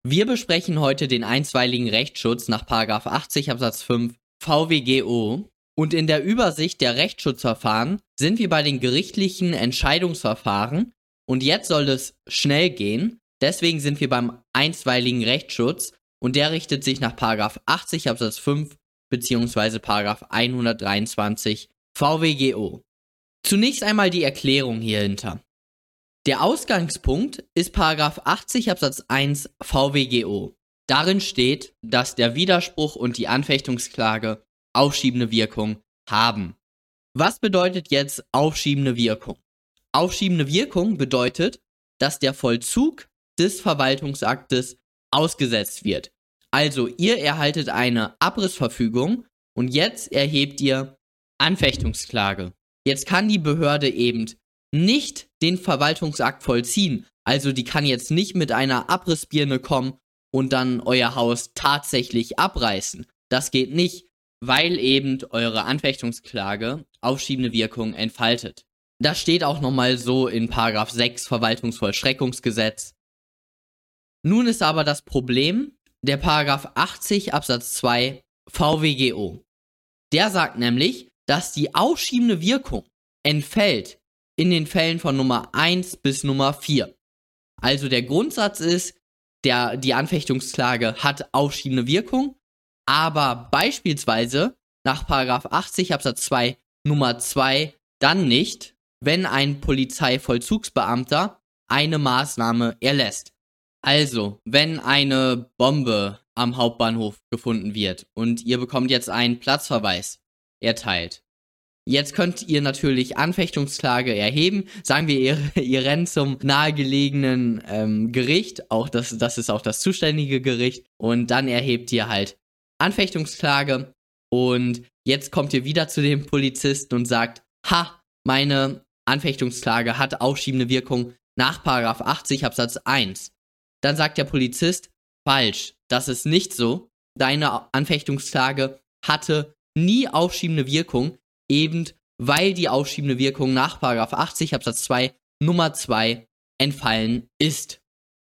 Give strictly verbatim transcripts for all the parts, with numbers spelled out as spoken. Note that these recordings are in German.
Wir besprechen heute den einstweiligen Rechtsschutz nach Paragraph achtzig Absatz fünf V W G O und in der Übersicht der Rechtsschutzverfahren sind wir bei den gerichtlichen Entscheidungsverfahren und jetzt soll es schnell gehen, deswegen sind wir beim einstweiligen Rechtsschutz und der richtet sich nach Paragraph achtzig Absatz fünf bzw. Paragraph hundertdreiundzwanzig V W G O. Zunächst einmal die Erklärung hierhinter. Der Ausgangspunkt ist Paragraph achtzig Absatz eins V W G O. Darin steht, dass der Widerspruch und die Anfechtungsklage aufschiebende Wirkung haben. Was bedeutet jetzt aufschiebende Wirkung? Aufschiebende Wirkung bedeutet, dass der Vollzug des Verwaltungsaktes ausgesetzt wird. Also ihr erhaltet eine Abrissverfügung und jetzt erhebt ihr Anfechtungsklage. Jetzt kann die Behörde eben nicht den Verwaltungsakt vollziehen. Also die kann jetzt nicht mit einer Abrissbirne kommen und dann euer Haus tatsächlich abreißen. Das geht nicht, weil eben eure Anfechtungsklage aufschiebende Wirkung entfaltet. Das steht auch nochmal so in Paragraph sechs Verwaltungsvollstreckungsgesetz. Nun ist aber das Problem der Paragraph achtzig Absatz zwei V W G O. Der sagt nämlich, dass die aufschiebende Wirkung entfällt in den Fällen von Nummer eins bis Nummer vier. Also der Grundsatz ist, der, die Anfechtungsklage hat aufschiebende Wirkung, aber beispielsweise nach Paragraph achtzig Absatz zwei Nummer zwei dann nicht, wenn ein Polizeivollzugsbeamter eine Maßnahme erlässt. Also, wenn eine Bombe am Hauptbahnhof gefunden wird und ihr bekommt jetzt einen Platzverweis erteilt. Jetzt könnt ihr natürlich Anfechtungsklage erheben. Sagen wir, ihr, ihr rennt zum nahegelegenen ähm, Gericht, auch das, das ist auch das zuständige Gericht, und dann erhebt ihr halt Anfechtungsklage und jetzt kommt ihr wieder zu dem Polizisten und sagt, ha, meine Anfechtungsklage hat aufschiebende Wirkung nach Paragraph achtzig Absatz eins. Dann sagt der Polizist, falsch, das ist nicht so. Deine Anfechtungsklage hatte nie aufschiebende Wirkung, eben weil die aufschiebende Wirkung nach Paragraph achtzig Absatz zwei Nummer zwei entfallen ist.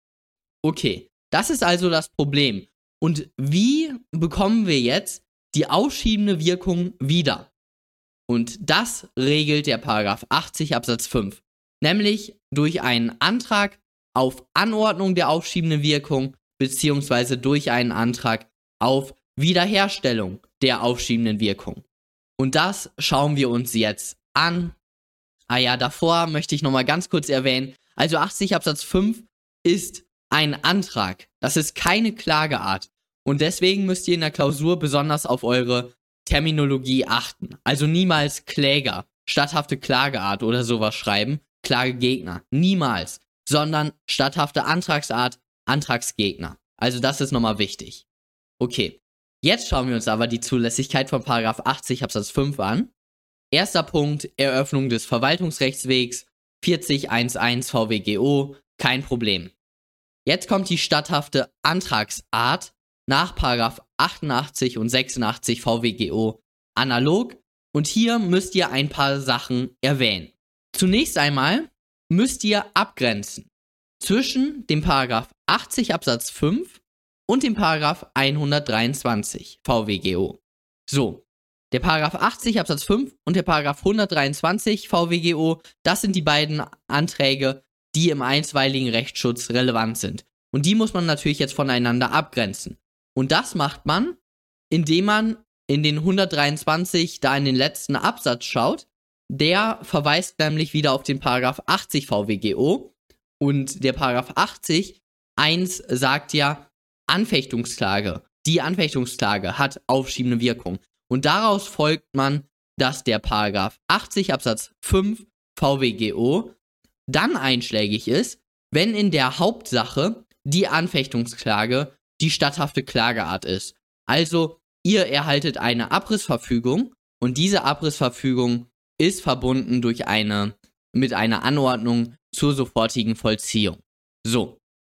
Okay, das ist also das Problem. Und wie bekommen wir jetzt die aufschiebende Wirkung wieder? Und das regelt der Paragraph achtzig Absatz fünf, nämlich durch einen Antrag auf Anordnung der aufschiebenden Wirkung beziehungsweise durch einen Antrag auf Wiederherstellung der aufschiebenden Wirkung. Und das schauen wir uns jetzt an. Ah ja, davor möchte ich nochmal ganz kurz erwähnen, also achtzig Absatz fünf ist ein Antrag, das ist keine Klageart. Und deswegen müsst ihr in der Klausur besonders auf eure Terminologie achten. Also niemals Kläger, statthafte Klageart oder sowas schreiben, Klagegegner, niemals. Sondern statthafte Antragsart, Antragsgegner. Also das ist nochmal wichtig. Okay, jetzt schauen wir uns aber die Zulässigkeit von Paragraph achtzig Absatz fünf an. Erster Punkt, Eröffnung des Verwaltungsrechtswegs, vierzig Absatz eins V W G O, kein Problem. Jetzt kommt die statthafte Antragsart nach Paragraph achtundachtzig und sechsundachtzig V W G O analog und hier müsst ihr ein paar Sachen erwähnen. Zunächst einmal müsst ihr abgrenzen zwischen dem Paragraph achtzig Absatz fünf und dem Paragraph hundertdreiundzwanzig V W G O. So, der Paragraph achtzig Absatz fünf und der Paragraph hundertdreiundzwanzig V W G O, das sind die beiden Anträge, die im einstweiligen Rechtsschutz relevant sind. Und die muss man natürlich jetzt voneinander abgrenzen. Und das macht man, indem man in den hundertdreiundzwanzig da in den letzten Absatz schaut. Der verweist nämlich wieder auf den Paragraph achtzig V W G O und der Paragraph achtzig Absatz eins sagt ja Anfechtungsklage. Die Anfechtungsklage hat aufschiebende Wirkung und daraus folgt man, dass der Paragraph achtzig Absatz fünf V W G O dann einschlägig ist, wenn in der Hauptsache die Anfechtungsklage die statthafte Klageart ist. Also ihr erhaltet eine Abrissverfügung und diese Abrissverfügung ist verbunden durch eine, mit einer Anordnung zur sofortigen Vollziehung. So.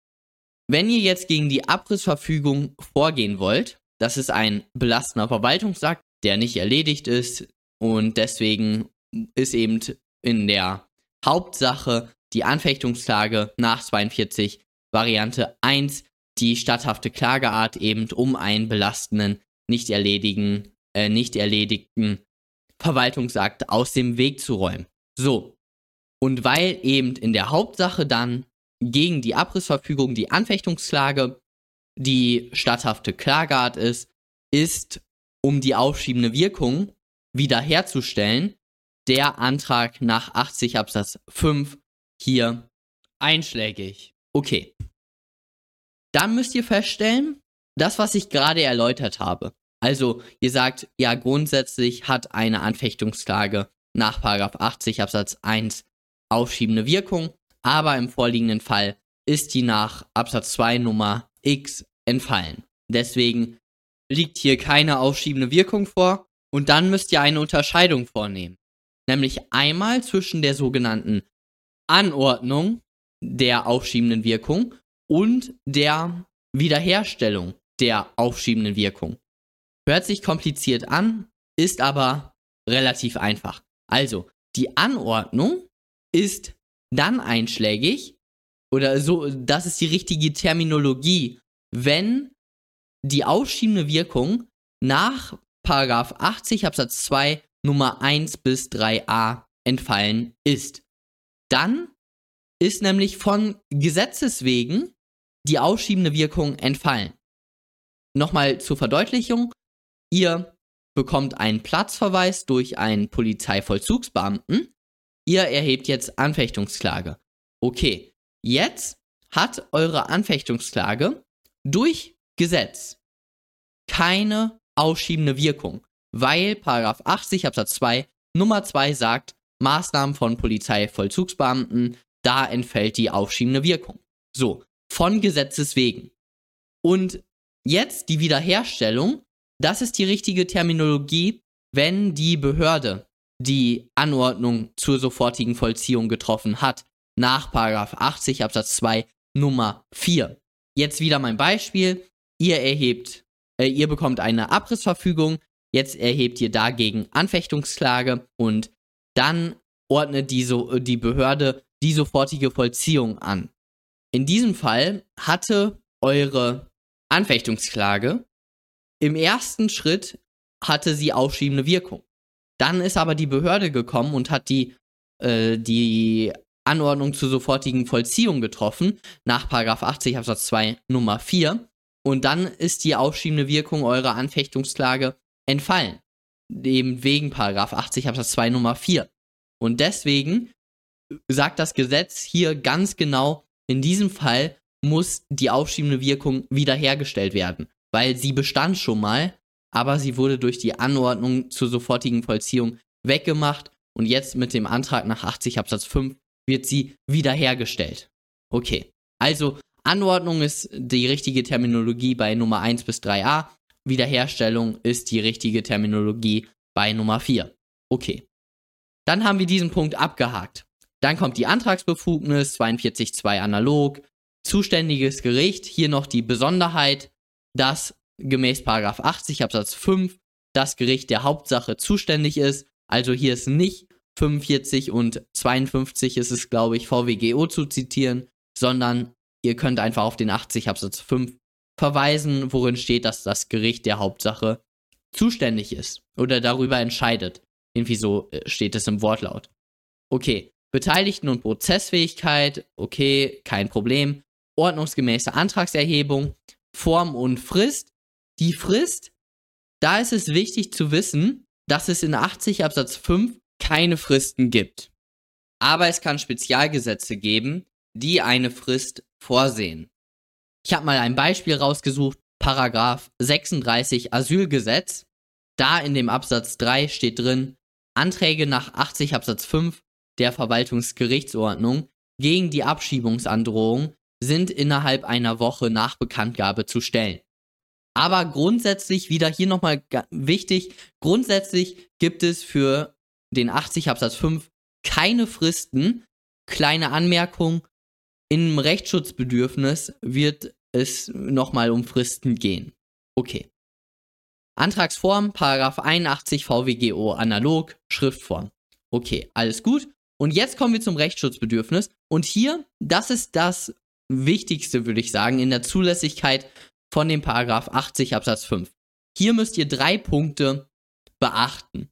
Wenn ihr jetzt gegen die Abrissverfügung vorgehen wollt, das ist ein belastender Verwaltungsakt, der nicht erledigt ist und deswegen ist eben in der Hauptsache die Anfechtungsklage nach zweiundvierzig Variante eins die statthafte Klageart eben, um einen belastenden, nicht erledigen, äh, nicht erledigten Verwaltungsakt aus dem Weg zu räumen. So. Und weil eben in der Hauptsache dann gegen die Abrissverfügung die Anfechtungsklage die statthafte Klageart ist, ist, um die aufschiebende Wirkung wiederherzustellen, der Antrag nach achtzig Absatz fünf hier einschlägig. Okay. Dann müsst ihr feststellen, das, was ich gerade erläutert habe. Also, ihr sagt, ja, grundsätzlich hat eine Anfechtungsklage nach achtzig Absatz eins aufschiebende Wirkung, aber im vorliegenden Fall ist die nach Absatz zwei Nummer X entfallen. Deswegen liegt hier keine aufschiebende Wirkung vor und dann müsst ihr eine Unterscheidung vornehmen. Nämlich einmal zwischen der sogenannten Anordnung der aufschiebenden Wirkung und der Wiederherstellung der aufschiebenden Wirkung. Hört sich kompliziert an, ist aber relativ einfach. Also, die Anordnung ist dann einschlägig, oder so, das ist die richtige Terminologie, wenn die aufschiebende Wirkung nach achtzig Absatz zwei Nummer eins bis drei a entfallen ist. Dann ist nämlich von Gesetzes wegen die aufschiebende Wirkung entfallen. Nochmal zur Verdeutlichung, ihr bekommt einen Platzverweis durch einen Polizeivollzugsbeamten, ihr erhebt jetzt Anfechtungsklage. Okay, jetzt hat eure Anfechtungsklage durch Gesetz keine aufschiebende Wirkung, weil achtzig Absatz zwei Nummer zwei sagt, Maßnahmen von Polizeivollzugsbeamten, da entfällt die aufschiebende Wirkung. So, von Gesetzes wegen. Und jetzt die Wiederherstellung, das ist die richtige Terminologie, wenn die Behörde die Anordnung zur sofortigen Vollziehung getroffen hat, nach achtzig Absatz zwei Nummer vier. Jetzt wieder mein Beispiel, ihr erhebt, äh, ihr bekommt eine Abrissverfügung, jetzt erhebt ihr dagegen Anfechtungsklage und dann ordnet die, so, die Behörde die sofortige Vollziehung an. In diesem Fall hatte eure Anfechtungsklage im ersten Schritt hatte sie aufschiebende Wirkung. Dann ist aber die Behörde gekommen und hat die, äh, die Anordnung zur sofortigen Vollziehung getroffen, nach achtzig Absatz zwei Nummer vier. Und dann ist die aufschiebende Wirkung eurer Anfechtungsklage entfallen. Eben wegen achtzig Absatz zwei Nummer vier. Und deswegen sagt das Gesetz hier ganz genau, in diesem Fall muss die aufschiebende Wirkung wiederhergestellt werden, weil sie bestand schon mal, aber sie wurde durch die Anordnung zur sofortigen Vollziehung weggemacht und jetzt mit dem Antrag nach achtzig Absatz fünf wird sie wiederhergestellt. Okay, also Anordnung ist die richtige Terminologie bei Nummer eins bis drei a, Wiederherstellung ist die richtige Terminologie bei Nummer vier. Okay, dann haben wir diesen Punkt abgehakt. Dann kommt die Antragsbefugnis, zweiundvierzig Absatz zwei analog, zuständiges Gericht, hier noch die Besonderheit, dass gemäß achtzig Absatz fünf das Gericht der Hauptsache zuständig ist, also hier ist nicht fünfundvierzig und zweiundfünfzig ist es, glaube ich, V W G O zu zitieren, sondern ihr könnt einfach auf den achtzig Absatz fünf verweisen, worin steht, dass das Gericht der Hauptsache zuständig ist oder darüber entscheidet. Irgendwie so steht es im Wortlaut. Okay, Beteiligten- und Prozessfähigkeit, okay, kein Problem. Ordnungsgemäße Antragserhebung, Form und Frist. Die Frist, da ist es wichtig zu wissen, dass es in achtzig Absatz fünf keine Fristen gibt. Aber es kann Spezialgesetze geben, die eine Frist vorsehen. Ich habe mal ein Beispiel rausgesucht, Paragraph sechsunddreißig Asylgesetz. Da in dem Absatz drei steht drin, Anträge nach achtzig Absatz fünf der Verwaltungsgerichtsordnung gegen die Abschiebungsandrohung sind innerhalb einer Woche nach Bekanntgabe zu stellen. Aber grundsätzlich, wieder hier nochmal wichtig, grundsätzlich gibt es für den achtzig Absatz fünf keine Fristen. Kleine Anmerkung, im Rechtsschutzbedürfnis wird es nochmal um Fristen gehen. Okay. Antragsform, Paragraph einundachtzig V W G O analog, Schriftform. Okay, alles gut. Und jetzt kommen wir zum Rechtsschutzbedürfnis. Und hier, das ist das, Wichtigste, würde ich sagen, in der Zulässigkeit von dem Paragraph achtzig Absatz fünf. Hier müsst ihr drei Punkte beachten.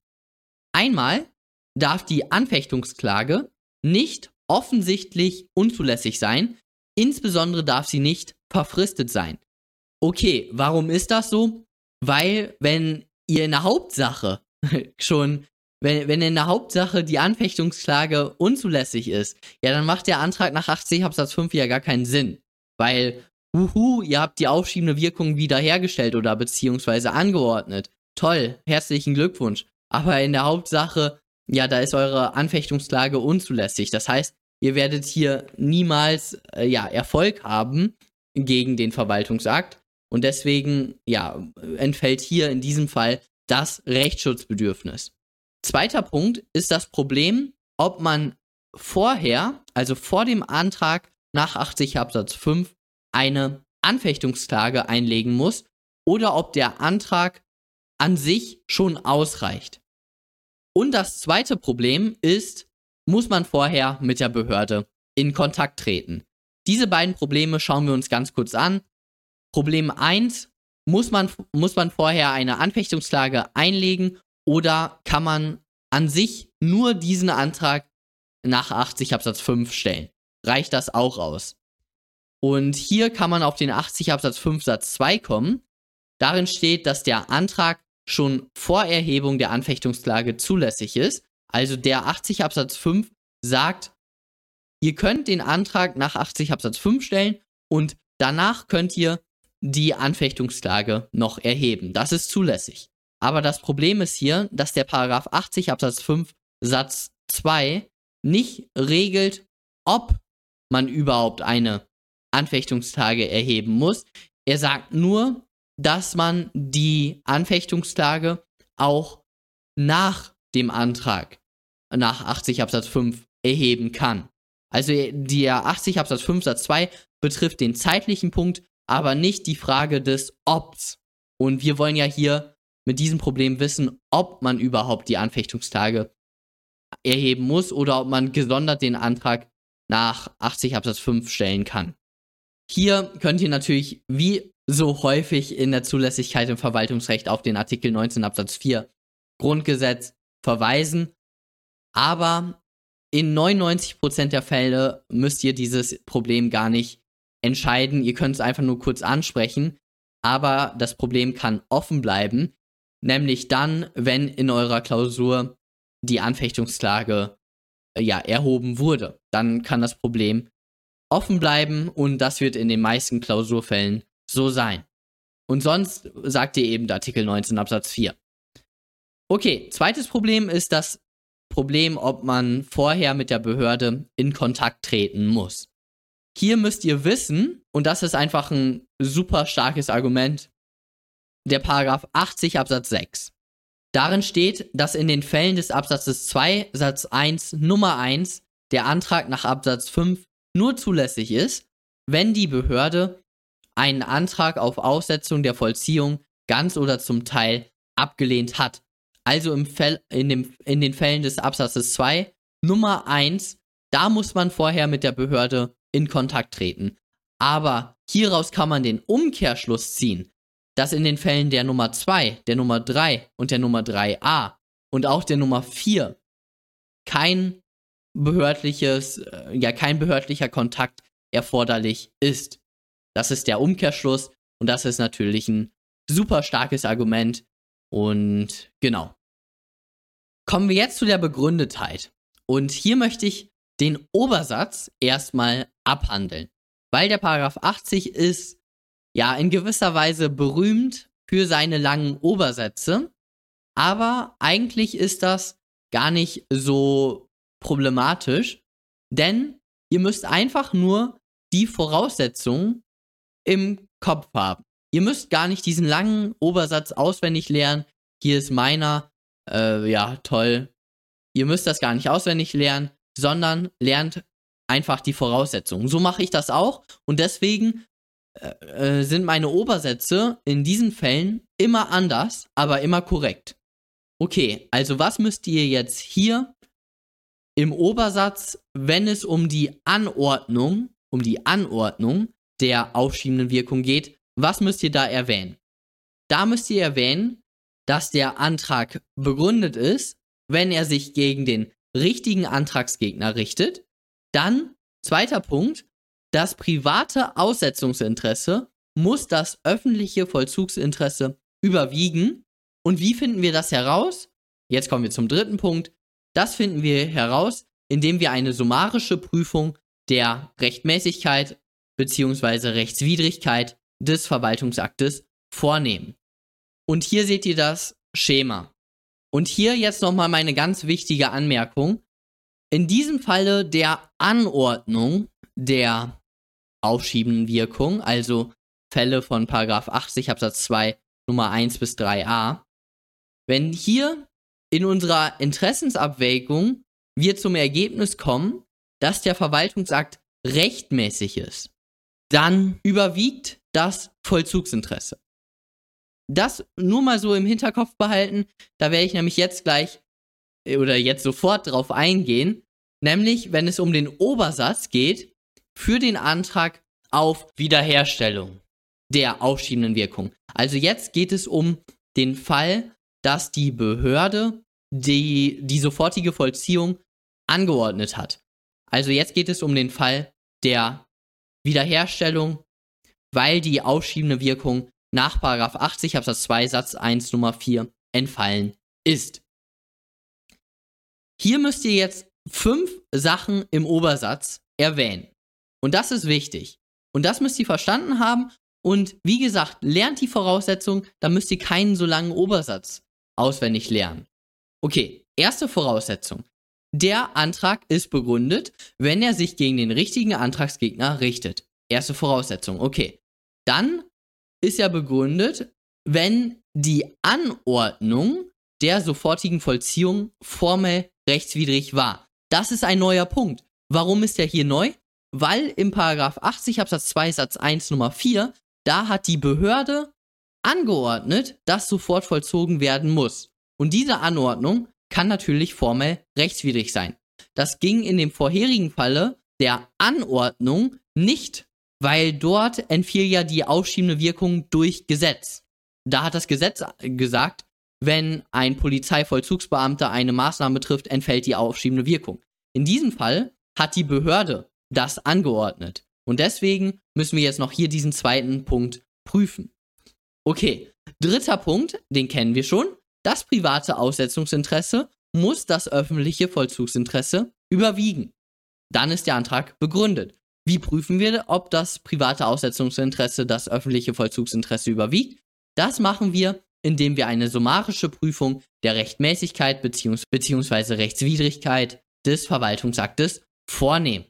Einmal darf die Anfechtungsklage nicht offensichtlich unzulässig sein, insbesondere darf sie nicht verfristet sein. Okay, warum ist das so? Weil, wenn ihr in der Hauptsache schon, wenn, wenn in der Hauptsache die Anfechtungsklage unzulässig ist, ja, dann macht der Antrag nach achtzig Absatz fünf ja gar keinen Sinn. Weil, huhu, ihr habt die aufschiebende Wirkung wiederhergestellt oder beziehungsweise angeordnet. Toll, herzlichen Glückwunsch. Aber in der Hauptsache, ja, da ist eure Anfechtungsklage unzulässig. Das heißt, ihr werdet hier niemals, äh, ja, Erfolg haben gegen den Verwaltungsakt. Und deswegen, ja, entfällt hier in diesem Fall das Rechtsschutzbedürfnis. Zweiter Punkt ist das Problem, ob man vorher, also vor dem Antrag nach achtzig Absatz fünf, eine Anfechtungsklage einlegen muss oder ob der Antrag an sich schon ausreicht. Und das zweite Problem ist, muss man vorher mit der Behörde in Kontakt treten. Diese beiden Probleme schauen wir uns ganz kurz an. Problem eins, muss man, muss man vorher eine Anfechtungsklage einlegen oder kann man an sich nur diesen Antrag nach achtzig Absatz fünf stellen? Reicht das auch aus? Und hier kann man auf den achtzig Absatz fünf Satz zwei kommen. Darin steht, dass der Antrag schon vor Erhebung der Anfechtungsklage zulässig ist. Also der achtzig Absatz fünf sagt, ihr könnt den Antrag nach achtzig Absatz fünf stellen und danach könnt ihr die Anfechtungsklage noch erheben. Das ist zulässig. Aber das Problem ist hier, dass der Paragraph achtzig Absatz fünf Satz zwei nicht regelt, ob man überhaupt eine Anfechtungsklage erheben muss. Er sagt nur, dass man die Anfechtungsklage auch nach dem Antrag nach achtzig Absatz fünf erheben kann. Also der achtzig Absatz fünf Satz zwei betrifft den zeitlichen Punkt, aber nicht die Frage des Obs. Und wir wollen ja hier mit diesem Problem wissen, ob man überhaupt die Anfechtungsklage erheben muss oder ob man gesondert den Antrag nach achtzig Absatz fünf stellen kann. Hier könnt ihr natürlich wie so häufig in der Zulässigkeit im Verwaltungsrecht auf den Artikel neunzehn Absatz vier Grundgesetz verweisen, aber in neunundneunzig Prozent der Fälle müsst ihr dieses Problem gar nicht entscheiden. Ihr könnt es einfach nur kurz ansprechen, aber das Problem kann offen bleiben, nämlich dann, wenn in eurer Klausur die Anfechtungsklage äh, ja, erhoben wurde. Dann kann das Problem offen bleiben und das wird in den meisten Klausurfällen so sein. Und sonst sagt ihr eben Artikel neunzehn Absatz vier. Okay, zweites Problem ist das Problem, ob man vorher mit der Behörde in Kontakt treten muss. Hier müsst ihr wissen, und das ist einfach ein super starkes Argument, der Paragraph achtzig Absatz sechs. Darin steht, dass in den Fällen des Absatzes zwei Satz eins Nummer eins der Antrag nach Absatz fünf nur zulässig ist, wenn die Behörde einen Antrag auf Aussetzung der Vollziehung ganz oder zum Teil abgelehnt hat. Also im Fall, in, dem, in den Fällen des Absatzes zwei Nummer eins, da muss man vorher mit der Behörde in Kontakt treten. Aber hieraus kann man den Umkehrschluss ziehen, dass in den Fällen der Nummer zwei, der Nummer drei und der Nummer drei a und auch der Nummer vier kein behördliches, ja, kein behördlicher Kontakt erforderlich ist. Das ist der Umkehrschluss und das ist natürlich ein super starkes Argument und genau. Kommen wir jetzt zu der Begründetheit. Und hier möchte ich den Obersatz erstmal abhandeln, weil der Paragraph achtzig ist ja in gewisser Weise berühmt für seine langen Obersätze, aber eigentlich ist das gar nicht so problematisch, denn ihr müsst einfach nur die Voraussetzungen im Kopf haben. Ihr müsst gar nicht diesen langen Obersatz auswendig lernen. Hier ist meiner, äh, ja, toll. Ihr müsst das gar nicht auswendig lernen, sondern lernt einfach die Voraussetzungen. So mache ich das auch und deswegen äh, sind meine Obersätze in diesen Fällen immer anders, aber immer korrekt. Okay, also was müsst ihr jetzt hier im Obersatz, wenn es um die Anordnung um die Anordnung der aufschiebenden Wirkung geht, was müsst ihr da erwähnen? Da müsst ihr erwähnen, dass der Antrag begründet ist, wenn er sich gegen den richtigen Antragsgegner richtet. Dann, zweiter Punkt, das private Aussetzungsinteresse muss das öffentliche Vollzugsinteresse überwiegen. Und wie finden wir das heraus? Jetzt kommen wir zum dritten Punkt. Das finden wir heraus, indem wir eine summarische Prüfung der Rechtmäßigkeit bzw. Rechtswidrigkeit des Verwaltungsaktes vornehmen. Und hier seht ihr das Schema. Und hier jetzt nochmal meine ganz wichtige Anmerkung. In diesem Falle der Anordnung der aufschiebenden Wirkung, also Fälle von Paragraph achtzig Absatz zwei Nummer eins bis drei a, wenn hier in unserer Interessensabwägung wir zum Ergebnis kommen, dass der Verwaltungsakt rechtmäßig ist, dann überwiegt das Vollzugsinteresse. Das nur mal so im Hinterkopf behalten, da werde ich nämlich jetzt gleich oder jetzt sofort drauf eingehen, nämlich wenn es um den Obersatz geht für den Antrag auf Wiederherstellung der aufschiebenden Wirkung. Also jetzt geht es um den Fall, dass die Behörde die, die sofortige Vollziehung angeordnet hat. Also jetzt geht es um den Fall der Wiederherstellung, weil die aufschiebende Wirkung nach Paragraph achtzig Absatz zwei Satz eins Nummer vier entfallen ist. Hier müsst ihr jetzt fünf Sachen im Obersatz erwähnen. Und das ist wichtig. Und das müsst ihr verstanden haben. Und wie gesagt, lernt die Voraussetzung, dann müsst ihr keinen so langen Obersatz auswendig lernen. Okay, erste Voraussetzung. Der Antrag ist begründet, wenn er sich gegen den richtigen Antragsgegner richtet. Erste Voraussetzung, okay. Dann ist er begründet, wenn die Anordnung der sofortigen Vollziehung formell rechtswidrig war. Das ist ein neuer Punkt. Warum ist er hier neu? Weil im Paragraph achtzig Absatz zwei Satz eins Nummer vier, da hat die Behörde angeordnet, dass sofort vollzogen werden muss. Und diese Anordnung kann natürlich formell rechtswidrig sein. Das ging in dem vorherigen Falle der Anordnung nicht, weil dort entfiel ja die aufschiebende Wirkung durch Gesetz. Da hat das Gesetz gesagt, wenn ein Polizeivollzugsbeamter eine Maßnahme trifft, entfällt die aufschiebende Wirkung. In diesem Fall hat die Behörde das angeordnet. Und deswegen müssen wir jetzt noch hier diesen zweiten Punkt prüfen. Okay, dritter Punkt, den kennen wir schon. Das private Aussetzungsinteresse muss das öffentliche Vollzugsinteresse überwiegen. Dann ist der Antrag begründet. Wie prüfen wir, ob das private Aussetzungsinteresse das öffentliche Vollzugsinteresse überwiegt? Das machen wir, indem wir eine summarische Prüfung der Rechtmäßigkeit bzw. Rechtswidrigkeit des Verwaltungsaktes vornehmen.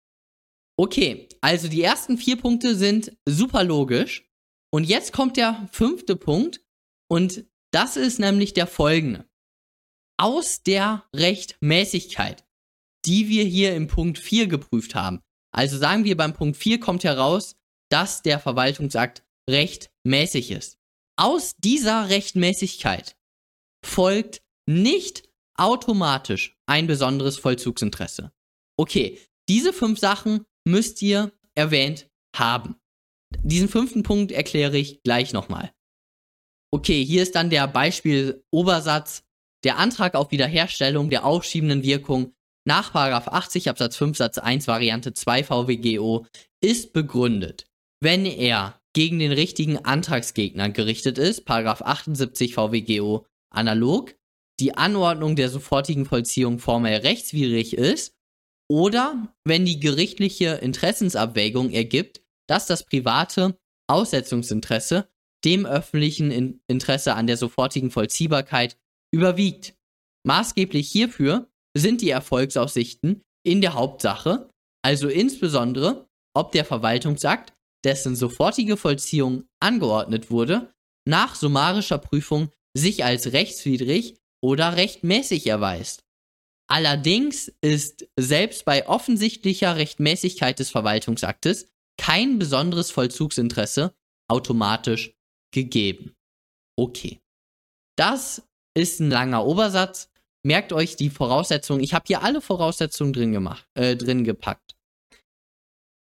Okay, also die ersten vier Punkte sind super logisch. Und jetzt kommt der fünfte Punkt und das ist nämlich der folgende. Aus der Rechtmäßigkeit, die wir hier im Punkt vier geprüft haben, also sagen wir beim Punkt vier kommt heraus, dass der Verwaltungsakt rechtmäßig ist. Aus dieser Rechtmäßigkeit folgt nicht automatisch ein besonderes Vollzugsinteresse. Okay, diese fünf Sachen müsst ihr erwähnt haben. Diesen fünften Punkt erkläre ich gleich nochmal. Okay, hier ist dann der Beispiel Obersatz. Der Antrag auf Wiederherstellung der aufschiebenden Wirkung nach Paragraph achtzig Absatz fünf Satz eins Variante zwei V W G O ist begründet, wenn er gegen den richtigen Antragsgegner gerichtet ist, Paragraph achtundsiebzig V W G O analog, die Anordnung der sofortigen Vollziehung formell rechtswidrig ist oder wenn die gerichtliche Interessensabwägung ergibt, dass das private Aussetzungsinteresse dem öffentlichen Interesse an der sofortigen Vollziehbarkeit überwiegt. Maßgeblich hierfür sind die Erfolgsaussichten in der Hauptsache, also insbesondere, ob der Verwaltungsakt, dessen sofortige Vollziehung angeordnet wurde, nach summarischer Prüfung sich als rechtswidrig oder rechtmäßig erweist. Allerdings ist selbst bei offensichtlicher Rechtmäßigkeit des Verwaltungsaktes kein besonderes Vollzugsinteresse automatisch gegeben. Okay. Das ist ein langer Obersatz. Merkt euch die Voraussetzungen. Ich habe hier alle Voraussetzungen drin gemacht, äh, drin gepackt.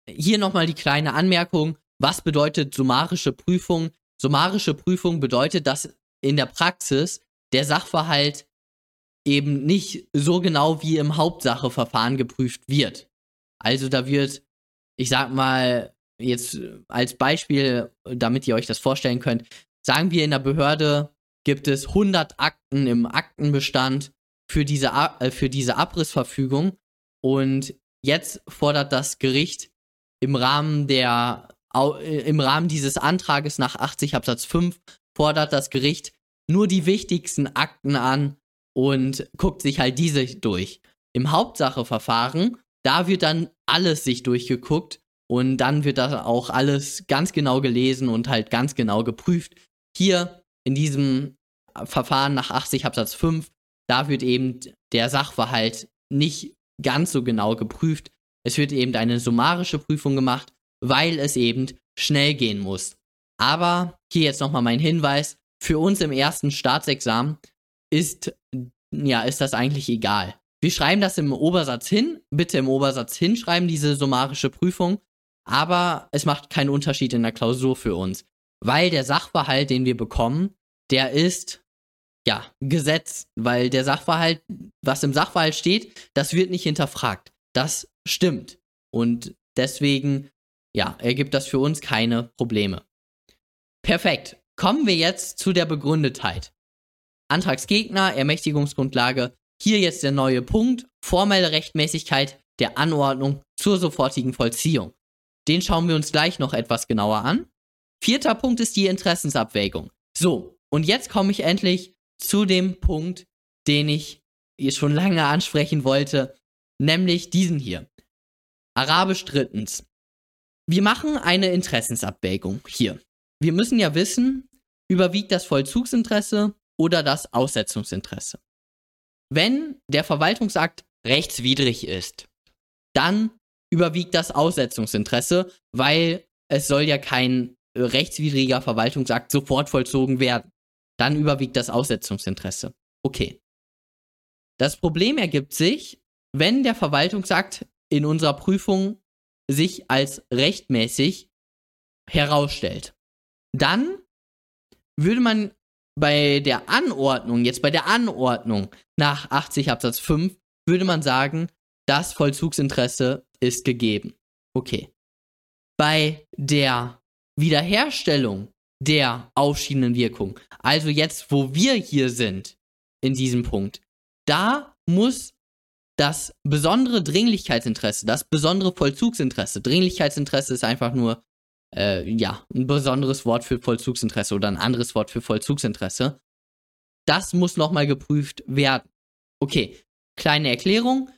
hier nochmal die kleine Anmerkung, was bedeutet summarische Prüfung? Summarische Prüfung bedeutet, dass in der Praxis der Sachverhalt eben nicht so genau wie im Hauptsacheverfahren geprüft wird. Also da wird, ich sag mal, jetzt als Beispiel, damit ihr euch das vorstellen könnt, sagen wir in der Behörde gibt es hundert Akten im Aktenbestand für diese, äh, für diese Abrissverfügung und jetzt fordert das Gericht im Rahmen der, äh, im Rahmen dieses Antrages nach achtzig Absatz fünf fordert das Gericht nur die wichtigsten Akten an und guckt sich halt diese durch. Im Hauptsacheverfahren, da wird dann alles sich durchgeguckt und dann wird das auch alles ganz genau gelesen und halt ganz genau geprüft. Hier in diesem Verfahren nach achtzig Absatz fünf, da wird eben der Sachverhalt nicht ganz so genau geprüft. Es wird eben eine summarische Prüfung gemacht, weil es eben schnell gehen muss. Aber hier jetzt nochmal mein Hinweis, für uns im ersten Staatsexamen ist, ja, ist das eigentlich egal. Wir schreiben das im Obersatz hin, bitte im Obersatz hinschreiben, diese summarische Prüfung, aber es macht keinen Unterschied in der Klausur für uns, weil der Sachverhalt, den wir bekommen, der ist, ja, Gesetz, weil der Sachverhalt, was im Sachverhalt steht, das wird nicht hinterfragt. Das stimmt. Und deswegen, ja, ergibt das für uns keine Probleme. Perfekt. Kommen wir jetzt zu der Begründetheit. Antragsgegner, Ermächtigungsgrundlage. Hier jetzt der neue Punkt. Formelle Rechtmäßigkeit der Anordnung zur sofortigen Vollziehung. Den schauen wir uns gleich noch etwas genauer an. Vierter Punkt ist die Interessensabwägung. So, und jetzt komme ich endlich zu dem Punkt, den ich hier schon lange ansprechen wollte, nämlich diesen hier. Arabisch drittens. Wir machen eine Interessensabwägung hier. Wir müssen ja wissen, überwiegt das Vollzugsinteresse oder das Aussetzungsinteresse. Wenn der Verwaltungsakt rechtswidrig ist, dann überwiegt das Aussetzungsinteresse, weil es soll ja kein rechtswidriger Verwaltungsakt sofort vollzogen werden. Dann überwiegt das Aussetzungsinteresse. Okay. Das Problem ergibt sich, wenn der Verwaltungsakt in unserer Prüfung sich als rechtmäßig herausstellt. Dann würde man bei der Anordnung, jetzt bei der Anordnung nach achtzig Absatz fünf, würde man sagen, das Vollzugsinteresse ist gegeben. Okay. Bei der Wiederherstellung der aufschiebenden Wirkung, also jetzt, wo wir hier sind, in diesem Punkt, da muss das besondere Dringlichkeitsinteresse, das besondere Vollzugsinteresse, Dringlichkeitsinteresse ist einfach nur, äh, ja, ein besonderes Wort für Vollzugsinteresse oder ein anderes Wort für Vollzugsinteresse, das muss nochmal geprüft werden. Okay, kleine Erklärung.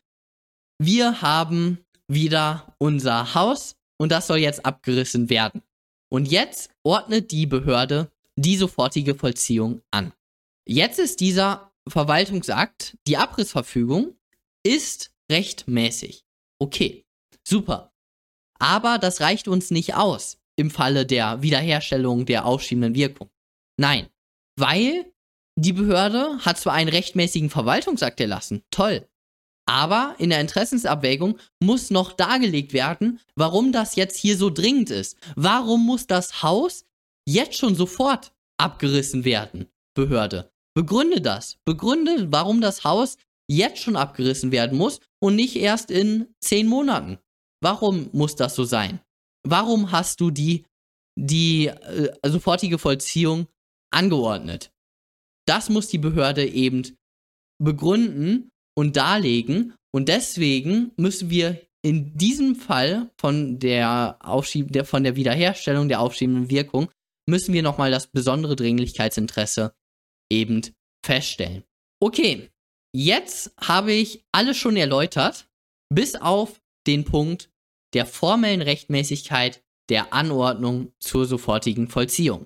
Wir haben wieder unser Haus und das soll jetzt abgerissen werden. Und jetzt ordnet die Behörde die sofortige Vollziehung an. Jetzt ist dieser Verwaltungsakt, die Abrissverfügung, ist rechtmäßig. Okay, super. Aber das reicht uns nicht aus im Falle der Wiederherstellung der aufschiebenden Wirkung. Nein, weil die Behörde hat zwar einen rechtmäßigen Verwaltungsakt erlassen, toll, aber in der Interessensabwägung muss noch dargelegt werden, warum das jetzt hier so dringend ist. Warum muss das Haus jetzt schon sofort abgerissen werden, Behörde? Begründe das. Begründe, warum das Haus jetzt schon abgerissen werden muss und nicht erst in zehn Monaten. Warum muss das so sein? Warum hast du die, die äh, sofortige Vollziehung angeordnet? Das muss die Behörde eben begründen und darlegen. Und deswegen müssen wir in diesem Fall von der, Aufschieb der, von der Wiederherstellung der aufschiebenden Wirkung, müssen wir nochmal das besondere Dringlichkeitsinteresse eben feststellen. Okay, jetzt habe ich alles schon erläutert, bis auf den Punkt der formellen Rechtmäßigkeit der Anordnung zur sofortigen Vollziehung.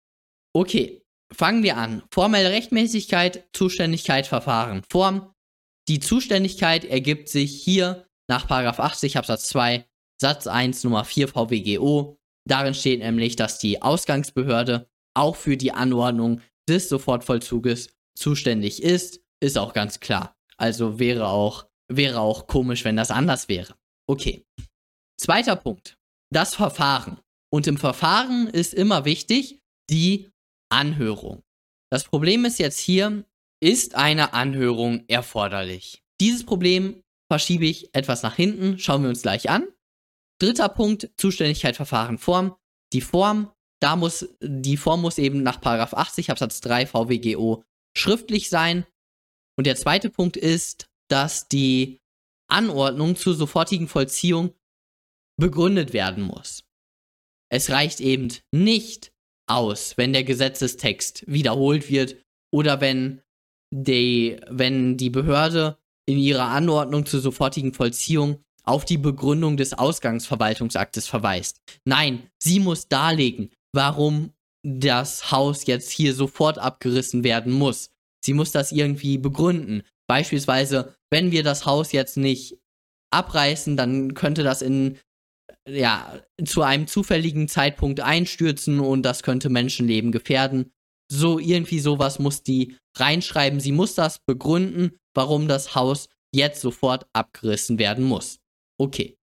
Okay, fangen wir an. Formelle Rechtmäßigkeit, Zuständigkeit, Verfahren, Form. Die Zuständigkeit ergibt sich hier nach Paragraph achtzig Absatz zwei Satz eins Nummer vier V W G O. Darin steht nämlich, dass die Ausgangsbehörde auch für die Anordnung des Sofortvollzuges zuständig ist. Ist auch ganz klar. Also wäre auch, wäre auch komisch, wenn das anders wäre. Okay. Zweiter Punkt, das Verfahren. Und im Verfahren ist immer wichtig die Anhörung. Das Problem ist jetzt hier, ist eine Anhörung erforderlich? Dieses Problem verschiebe ich etwas nach hinten, schauen wir uns gleich an. Dritter Punkt, Zuständigkeit, Verfahren, Form. Die Form, da muss, die Form muss eben nach Paragraph achtzig Absatz drei V W G O schriftlich sein. Und der zweite Punkt ist, dass die Anordnung zur sofortigen Vollziehung begründet werden muss. Es reicht eben nicht aus, wenn der Gesetzestext wiederholt wird oder wenn die, wenn die Behörde in ihrer Anordnung zur sofortigen Vollziehung auf die Begründung des Ausgangsverwaltungsaktes verweist. Nein, sie muss darlegen, warum das Haus jetzt hier sofort abgerissen werden muss. Sie muss das irgendwie begründen. Beispielsweise, wenn wir das Haus jetzt nicht abreißen, dann könnte das in ja, zu einem zufälligen Zeitpunkt einstürzen und das könnte Menschenleben gefährden. So, irgendwie sowas muss die reinschreiben. Sie muss das begründen, warum das Haus jetzt sofort abgerissen werden muss. Okay.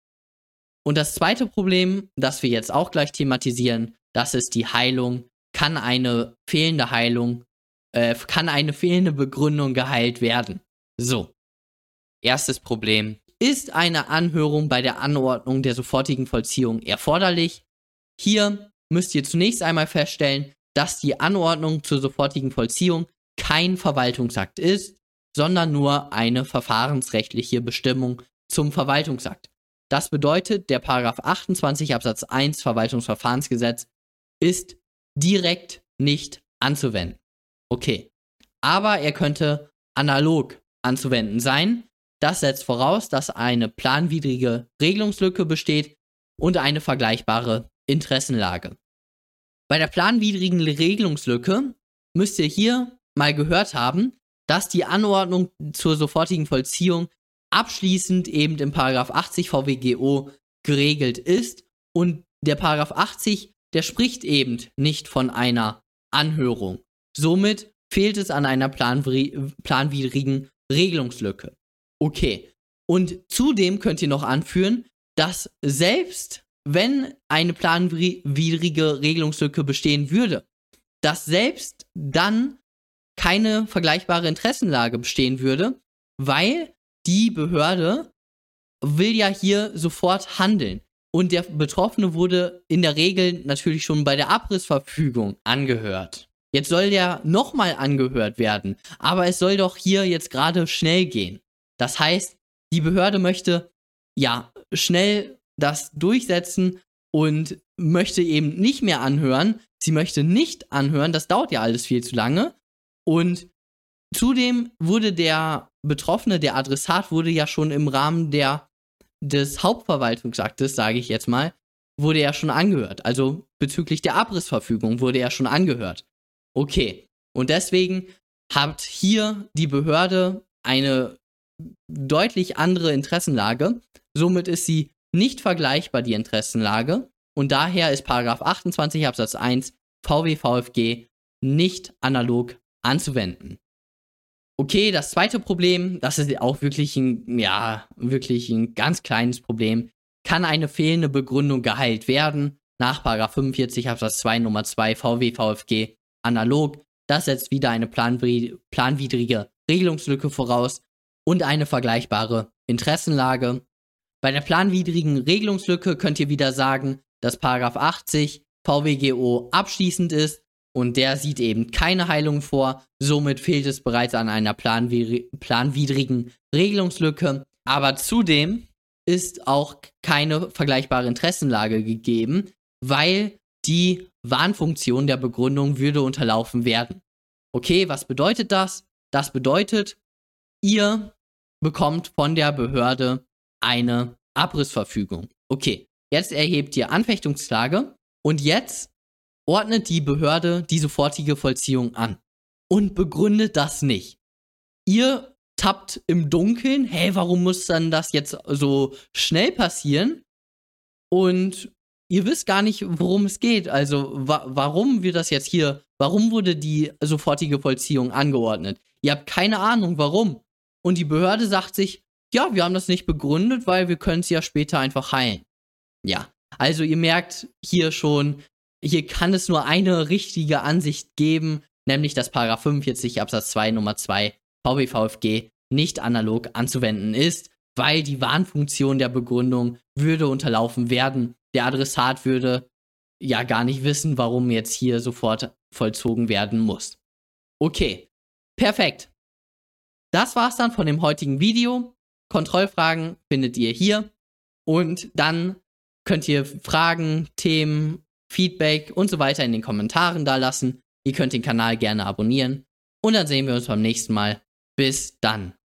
Und das zweite Problem, das wir jetzt auch gleich thematisieren, das ist die Heilung. Kann eine fehlende Heilung, äh, kann eine fehlende Begründung geheilt werden? So. Erstes Problem. Ist eine Anhörung bei der Anordnung der sofortigen Vollziehung erforderlich? Hier müsst ihr zunächst einmal feststellen, dass die Anordnung zur sofortigen Vollziehung kein Verwaltungsakt ist, sondern nur eine verfahrensrechtliche Bestimmung zum Verwaltungsakt. Das bedeutet, der Paragraph achtundzwanzig Absatz eins Verwaltungsverfahrensgesetz ist direkt nicht anzuwenden. Okay. Aber er könnte analog anzuwenden sein. Das setzt voraus, dass eine planwidrige Regelungslücke besteht und eine vergleichbare Interessenlage. Bei der planwidrigen Regelungslücke müsst ihr hier mal gehört haben, dass die Anordnung zur sofortigen Vollziehung abschließend eben im Paragraph achtzig V W G O geregelt ist und der Paragraph achtzig, der spricht eben nicht von einer Anhörung. Somit fehlt es an einer planwri- planwidrigen Regelungslücke. Okay. Und zudem könnt ihr noch anführen, dass selbst wenn eine planwidrige Regelungslücke bestehen würde, dass selbst dann keine vergleichbare Interessenlage bestehen würde, weil die Behörde will ja hier sofort handeln. Und der Betroffene wurde in der Regel natürlich schon bei der Abrissverfügung angehört. Jetzt soll der nochmal angehört werden, aber es soll doch hier jetzt gerade schnell gehen. Das heißt, die Behörde möchte ja schnell das durchsetzen und möchte eben nicht mehr anhören. Sie möchte nicht anhören, das dauert ja alles viel zu lange. Und zudem wurde der Betroffene, der Adressat, wurde ja schon im Rahmen der, des Hauptverwaltungsaktes, sage ich jetzt mal, wurde er schon angehört. Also bezüglich der Abrissverfügung wurde er schon angehört. Okay, und deswegen hat hier die Behörde eine deutlich andere Interessenlage. Somit ist sie nicht vergleichbar, die Interessenlage. Und daher ist Paragraph achtundzwanzig Absatz eins V W V F G nicht analog anzuwenden. Okay, das zweite Problem, das ist auch wirklich ein, ja, wirklich ein ganz kleines Problem. Kann eine fehlende Begründung geheilt werden? Nach Paragraph fünfundvierzig Absatz zwei Nummer zwei V W V F G analog. Das setzt wieder eine planwid- planwidrige Regelungslücke voraus und eine vergleichbare Interessenlage. Bei der planwidrigen Regelungslücke könnt ihr wieder sagen, dass Paragraph achtzig V W G O abschließend ist und der sieht eben keine Heilung vor. Somit fehlt es bereits an einer planwidri- planwidrigen Regelungslücke. Aber zudem ist auch keine vergleichbare Interessenlage gegeben, weil die Warnfunktion der Begründung würde unterlaufen werden. Okay, was bedeutet das? Das bedeutet, ihr bekommt von der Behörde eine Abrissverfügung. Okay, jetzt erhebt ihr Anfechtungsklage und jetzt ordnet die Behörde die sofortige Vollziehung an und begründet das nicht. Ihr tappt im Dunkeln, hey, warum muss dann das jetzt so schnell passieren? Und ihr wisst gar nicht, worum es geht. Also, wa- warum wird das jetzt hier, warum wurde die sofortige Vollziehung angeordnet? Ihr habt keine Ahnung, warum. Und die Behörde sagt sich, ja, wir haben das nicht begründet, weil wir können es ja später einfach heilen. Ja, also ihr merkt hier schon, hier kann es nur eine richtige Ansicht geben, nämlich dass Paragraph fünfundvierzig Absatz zwei Nummer zwei VWVFG nicht analog anzuwenden ist, weil die Warnfunktion der Begründung würde unterlaufen werden. Der Adressat würde ja gar nicht wissen, warum jetzt hier sofort vollzogen werden muss. Okay, perfekt. Das war's dann von dem heutigen Video. Kontrollfragen findet ihr hier. Und dann könnt ihr Fragen, Themen, Feedback und so weiter in den Kommentaren da lassen. Ihr könnt den Kanal gerne abonnieren. Und dann sehen wir uns beim nächsten Mal. Bis dann.